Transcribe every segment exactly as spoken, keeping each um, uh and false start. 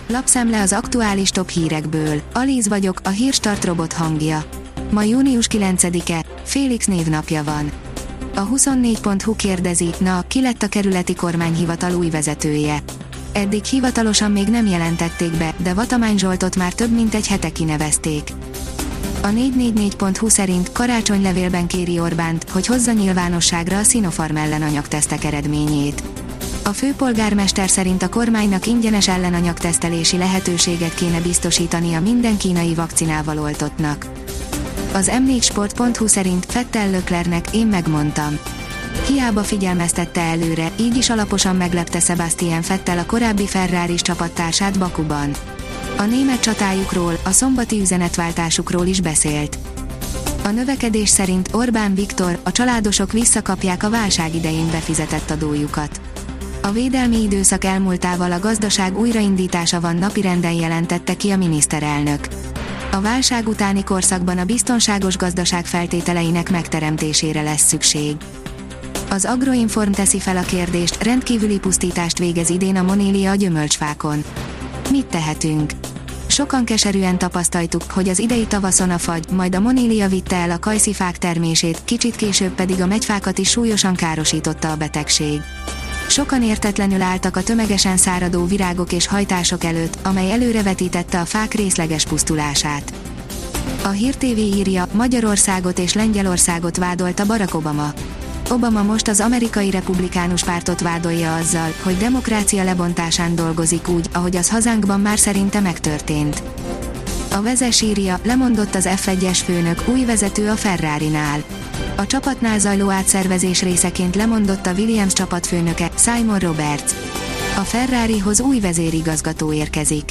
Lapszemle az aktuális top hírekből. Alíz vagyok, a Hírstart robot hangja. Ma június kilencedike, Félix névnapja van. A huszonnégy pont hu kérdezi, na, ki lett a kerületi kormányhivatal új vezetője. Eddig hivatalosan még nem jelentették be, de Vatamány Zsoltot már több mint egy hete kinevezték. A négy négy négy pont hu szerint karácsonylevélben kéri Orbánt, hogy hozza nyilvánosságra a Sinopharm ellenanyagtesztek eredményét. A főpolgármester szerint a kormánynak ingyenes ellenanyagtesztelési lehetőséget kéne biztosítania minden kínai vakcinával oltottnak. Az em négy sport pont hu szerint Vettel Leclercnek én megmondtam. Hiába figyelmeztette előre, így is alaposan meglepte Sebastian Vettel a korábbi Ferraris csapattársát Bakuban. A német csatájukról, a szombati üzenetváltásukról is beszélt. A növekedés szerint Orbán Viktor, a családosok visszakapják a válság idején befizetett adójukat. A védelmi időszak elmúltával a gazdaság újraindítása van napirenden, jelentette ki a miniszterelnök. A válság utáni korszakban a biztonságos gazdaság feltételeinek megteremtésére lesz szükség. Az Agroinform teszi fel a kérdést, rendkívüli pusztítást végez idén a monélia a gyümölcsfákon. Mit tehetünk? Sokan keserűen tapasztaltuk, hogy az idei tavaszon a fagy, majd a monélia vitte el a kajszifák termését, kicsit később pedig a megyfákat is súlyosan károsította a betegség. Sokan értetlenül álltak a tömegesen száradó virágok és hajtások előtt, amely előrevetítette a fák részleges pusztulását. A Hír té vé írja, Magyarországot és Lengyelországot vádolta Barack Obama. Obama most az amerikai republikánus pártot vádolja azzal, hogy demokrácia lebontásán dolgozik úgy, ahogy az hazánkban már szerinte megtörtént. A Vezes írja, lemondott az ef egyes főnök, új vezető a Ferrarinál. A csapatnál zajló átszervezés részeként lemondott a Williams csapatfőnöke, Simon Roberts. A Ferrarihoz új vezérigazgató érkezik.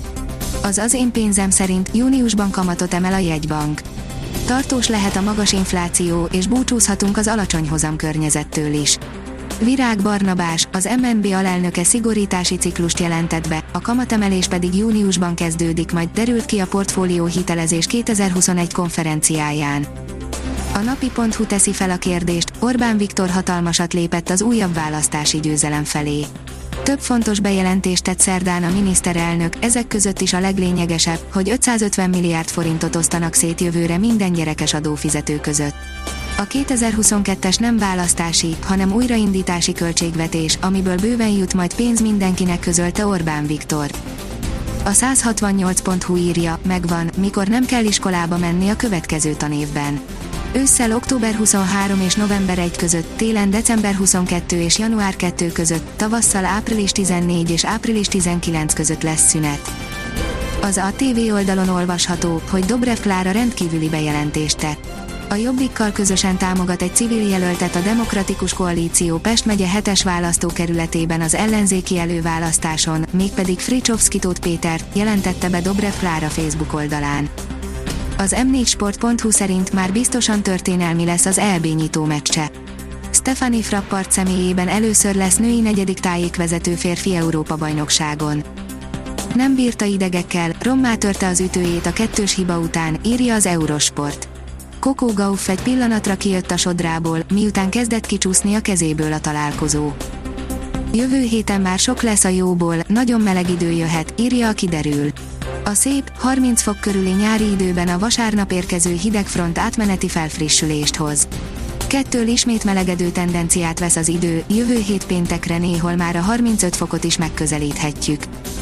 Az Az én pénzem szerint júniusban kamatot emel a jegybank. Tartós lehet a magas infláció, és búcsúzhatunk az alacsony hozam környezettől is. Virág Barnabás, az em en bé alelnöke szigorítási ciklust jelentett be, a kamatemelés pedig júniusban kezdődik, majd derült ki a portfólió hitelezés kétezer-huszonegy konferenciáján. A napi pont hu teszi fel a kérdést, Orbán Viktor hatalmasat lépett az újabb választási győzelem felé. Több fontos bejelentést tett szerdán a miniszterelnök, ezek között is a leglényegesebb, hogy ötszázötven milliárd forintot osztanak szét jövőre minden gyerekes adófizető között. A kétezer-huszonkettes nem választási, hanem újraindítási költségvetés, amiből bőven jut majd pénz mindenkinek, közölte Orbán Viktor. A száz hatvannyolc pont hu írja, megvan, mikor nem kell iskolába menni a következő tanévben. Ősszel október huszonharmadika és november elsője között, télen december huszonkettő és január kettő között, tavasszal április tizennégy és április tizenkilenc között lesz szünet. Az á té vé oldalon olvasható, hogy Dobrev Klára rendkívüli bejelentést tett. A Jobbikkal közösen támogat egy civil jelöltet a Demokratikus Koalíció Pest megye hetes választókerületében az ellenzéki előválasztáson, mégpedig Fricsovszky Tóth Pétert, jelentette be Dobrev Klára Facebook oldalán. Az em négy sport pont hu szerint már biztosan történelmi lesz az é el bé nyitó meccse. Stephanie Frappart személyében először lesz női negyedik tájékvezető férfi Európa-bajnokságon. Nem bírta idegekkel, rommá törte az ütőjét a kettős hiba után, írja az Eurosport. Coco Gauff egy pillanatra kijött a sodrából, miután kezdett kicsúszni a kezéből a találkozó. Jövő héten már sok lesz a jóból, nagyon meleg idő jöhet, írja a Kiderül. A szép, harminc fok körüli nyári időben a vasárnap érkező hidegfront átmeneti felfrissülést hoz. Kettől ismét melegedő tendenciát vesz az idő, jövő hét péntekre néhol már a harmincöt fokot is megközelíthetjük.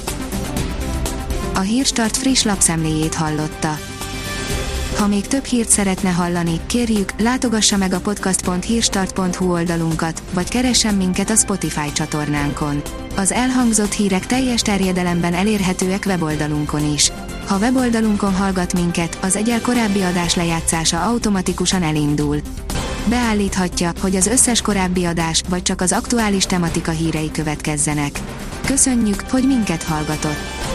A Hírstart friss lapszemléjét hallotta. Ha még több hírt szeretne hallani, kérjük, látogassa meg a podcast pont hírstart pont hu oldalunkat, vagy keressen minket a Spotify csatornánkon. Az elhangzott hírek teljes terjedelemben elérhetőek weboldalunkon is. Ha weboldalunkon hallgat minket, az egyel korábbi adás lejátszása automatikusan elindul. Beállíthatja, hogy az összes korábbi adás, vagy csak az aktuális tematika hírei következzenek. Köszönjük, hogy minket hallgatott!